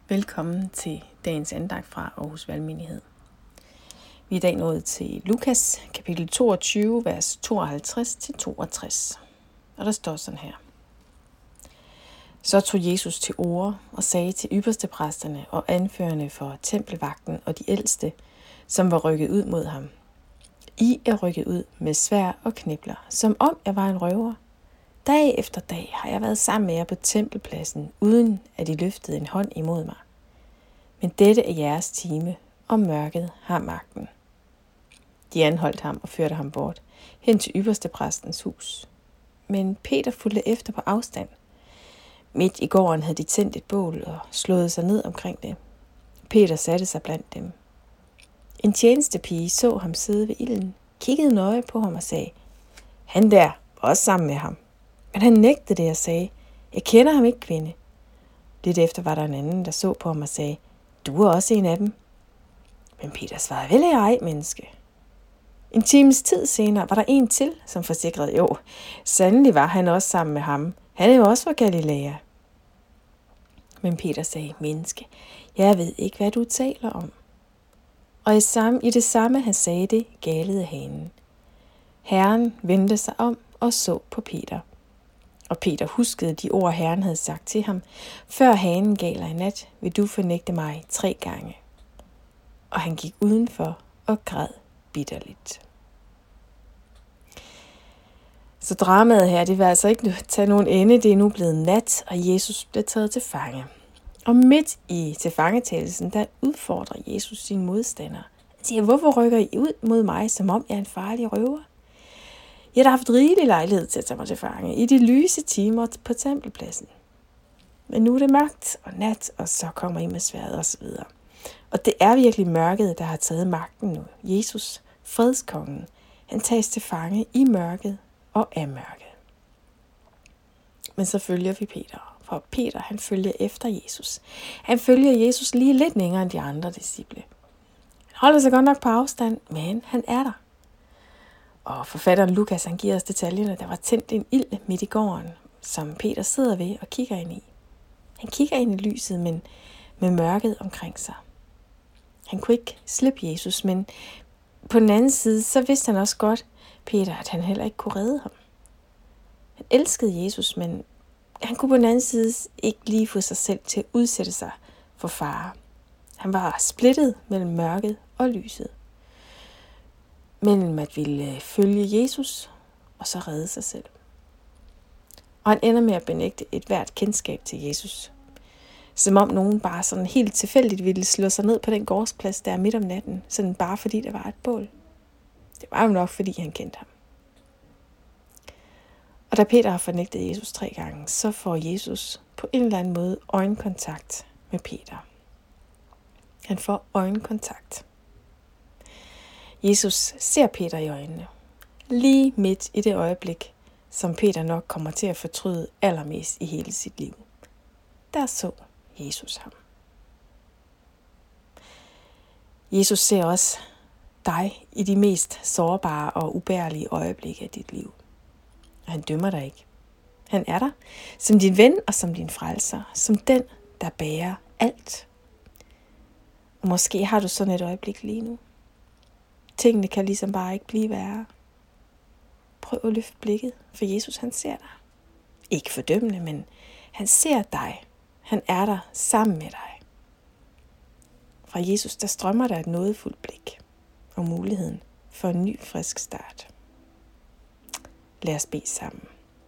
Velkommen til dagens andagt fra Aarhus Valgmenighed. Vi er i dag nået til Lukas, kapitel 22, vers 52-62. Og der står sådan her. Så tog Jesus til orde og sagde til ypperstepræsterne og anførerne for tempelvagten og de ældste, som var rykket ud mod ham. I er rykket ud med sværd og knibler, som om jeg var en røver. Dag efter dag har jeg været sammen med jer på tempelpladsen, uden at I løftede en hånd imod mig. Men dette er jeres time, og mørket har magten. De anholdt ham og førte ham bort, hen til ypperstepræstens hus. Men Peter fulgte efter på afstand. Midt i gården havde de tændt et bål og slået sig ned omkring det. Peter satte sig blandt dem. En tjenestepige så ham sidde ved ilden, kiggede nøje på ham og sagde, han der var også sammen med ham. Men han nægtede det og sagde, jeg kender ham ikke, kvinde. Lidt efter var der en anden, der så på ham og sagde, du er også en af dem. Men Peter svarede, vel er ej, menneske. En times tid senere var der en til, som forsikrede, jo, sandelig var han også sammen med ham. Han er jo også fra Galilea. Men Peter sagde, menneske, jeg ved ikke, hvad du taler om. Og i det samme han sagde det, galede hanen. Herren vendte sig om og så på Peter. Og Peter huskede de ord, Herren havde sagt til ham. Før hanen galer i nat, vil du fornægte mig 3 gange. Og han gik udenfor og græd bitterligt. Så dramaet her, det vil altså ikke tage nogen ende. Det er nu blevet nat, og Jesus bliver taget til fange. Og midt i tilfangetagelsen, der udfordrer Jesus sine modstandere. Han siger, hvorfor rykker I ud mod mig, som om jeg er en farlig røver? Jeg har haft rigelig lejlighed til at tage mig til fange i de lyse timer på tempelpladsen. Men nu er det mørkt og nat, og så kommer I med sværd og så videre. Og det er virkelig mørket, der har taget magten nu. Jesus, fredskongen, han tages til fange i mørket og af mørket. Men så følger vi Peter, for Peter han følger efter Jesus. Han følger Jesus lige lidt længere end de andre disciple. Han holder sig godt nok på afstand, men han er der. Og forfatteren Lukas, han giver os detaljerne, der var tændt en ild midt i gården, som Peter sidder ved og kigger ind i. Han kigger ind i lyset, men med mørket omkring sig. Han kunne ikke slippe Jesus, men på den anden side, så vidste han også godt, Peter, at han heller ikke kunne redde ham. Han elskede Jesus, men han kunne på den anden side ikke lige få sig selv til at udsætte sig for fare. Han var splittet mellem mørket og lyset. Mellem at ville følge Jesus og så redde sig selv. Og han ender med at benægte et hvert kendskab til Jesus. Som om nogen bare sådan helt tilfældigt ville slå sig ned på den gårdsplads der midt om natten, sådan bare fordi der var et bål. Det var jo nok fordi han kendte ham. Og da Peter har fornægtet Jesus 3 gange, så får Jesus på en eller anden måde øjenkontakt med Peter. Han får øjenkontakt. Jesus ser Peter i øjnene, lige midt i det øjeblik, som Peter nok kommer til at fortryde allermest i hele sit liv. Der så Jesus ham. Jesus ser også dig i de mest sårbare og ubærlige øjeblikke af dit liv. Og han dømmer dig ikke. Han er der som din ven og som din frelser, som den, der bærer alt. Og måske har du sådan et øjeblik lige nu. Tingene kan ligesom bare ikke blive værre. Prøv at løfte blikket, for Jesus han ser dig. Ikke fordømmende, men han ser dig. Han er der sammen med dig. Fra Jesus der strømmer der et nådefuldt blik og muligheden for en ny frisk start. Lad os bede sammen.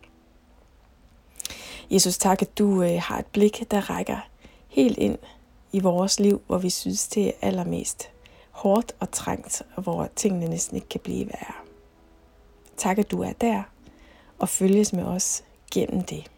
Jesus, tak at du har et blik, der rækker helt ind i vores liv, hvor vi synes det er allermest hårdt og trængt, og hvor tingene næsten ikke kan blive værre. Tak at du er der og følges med os gennem det.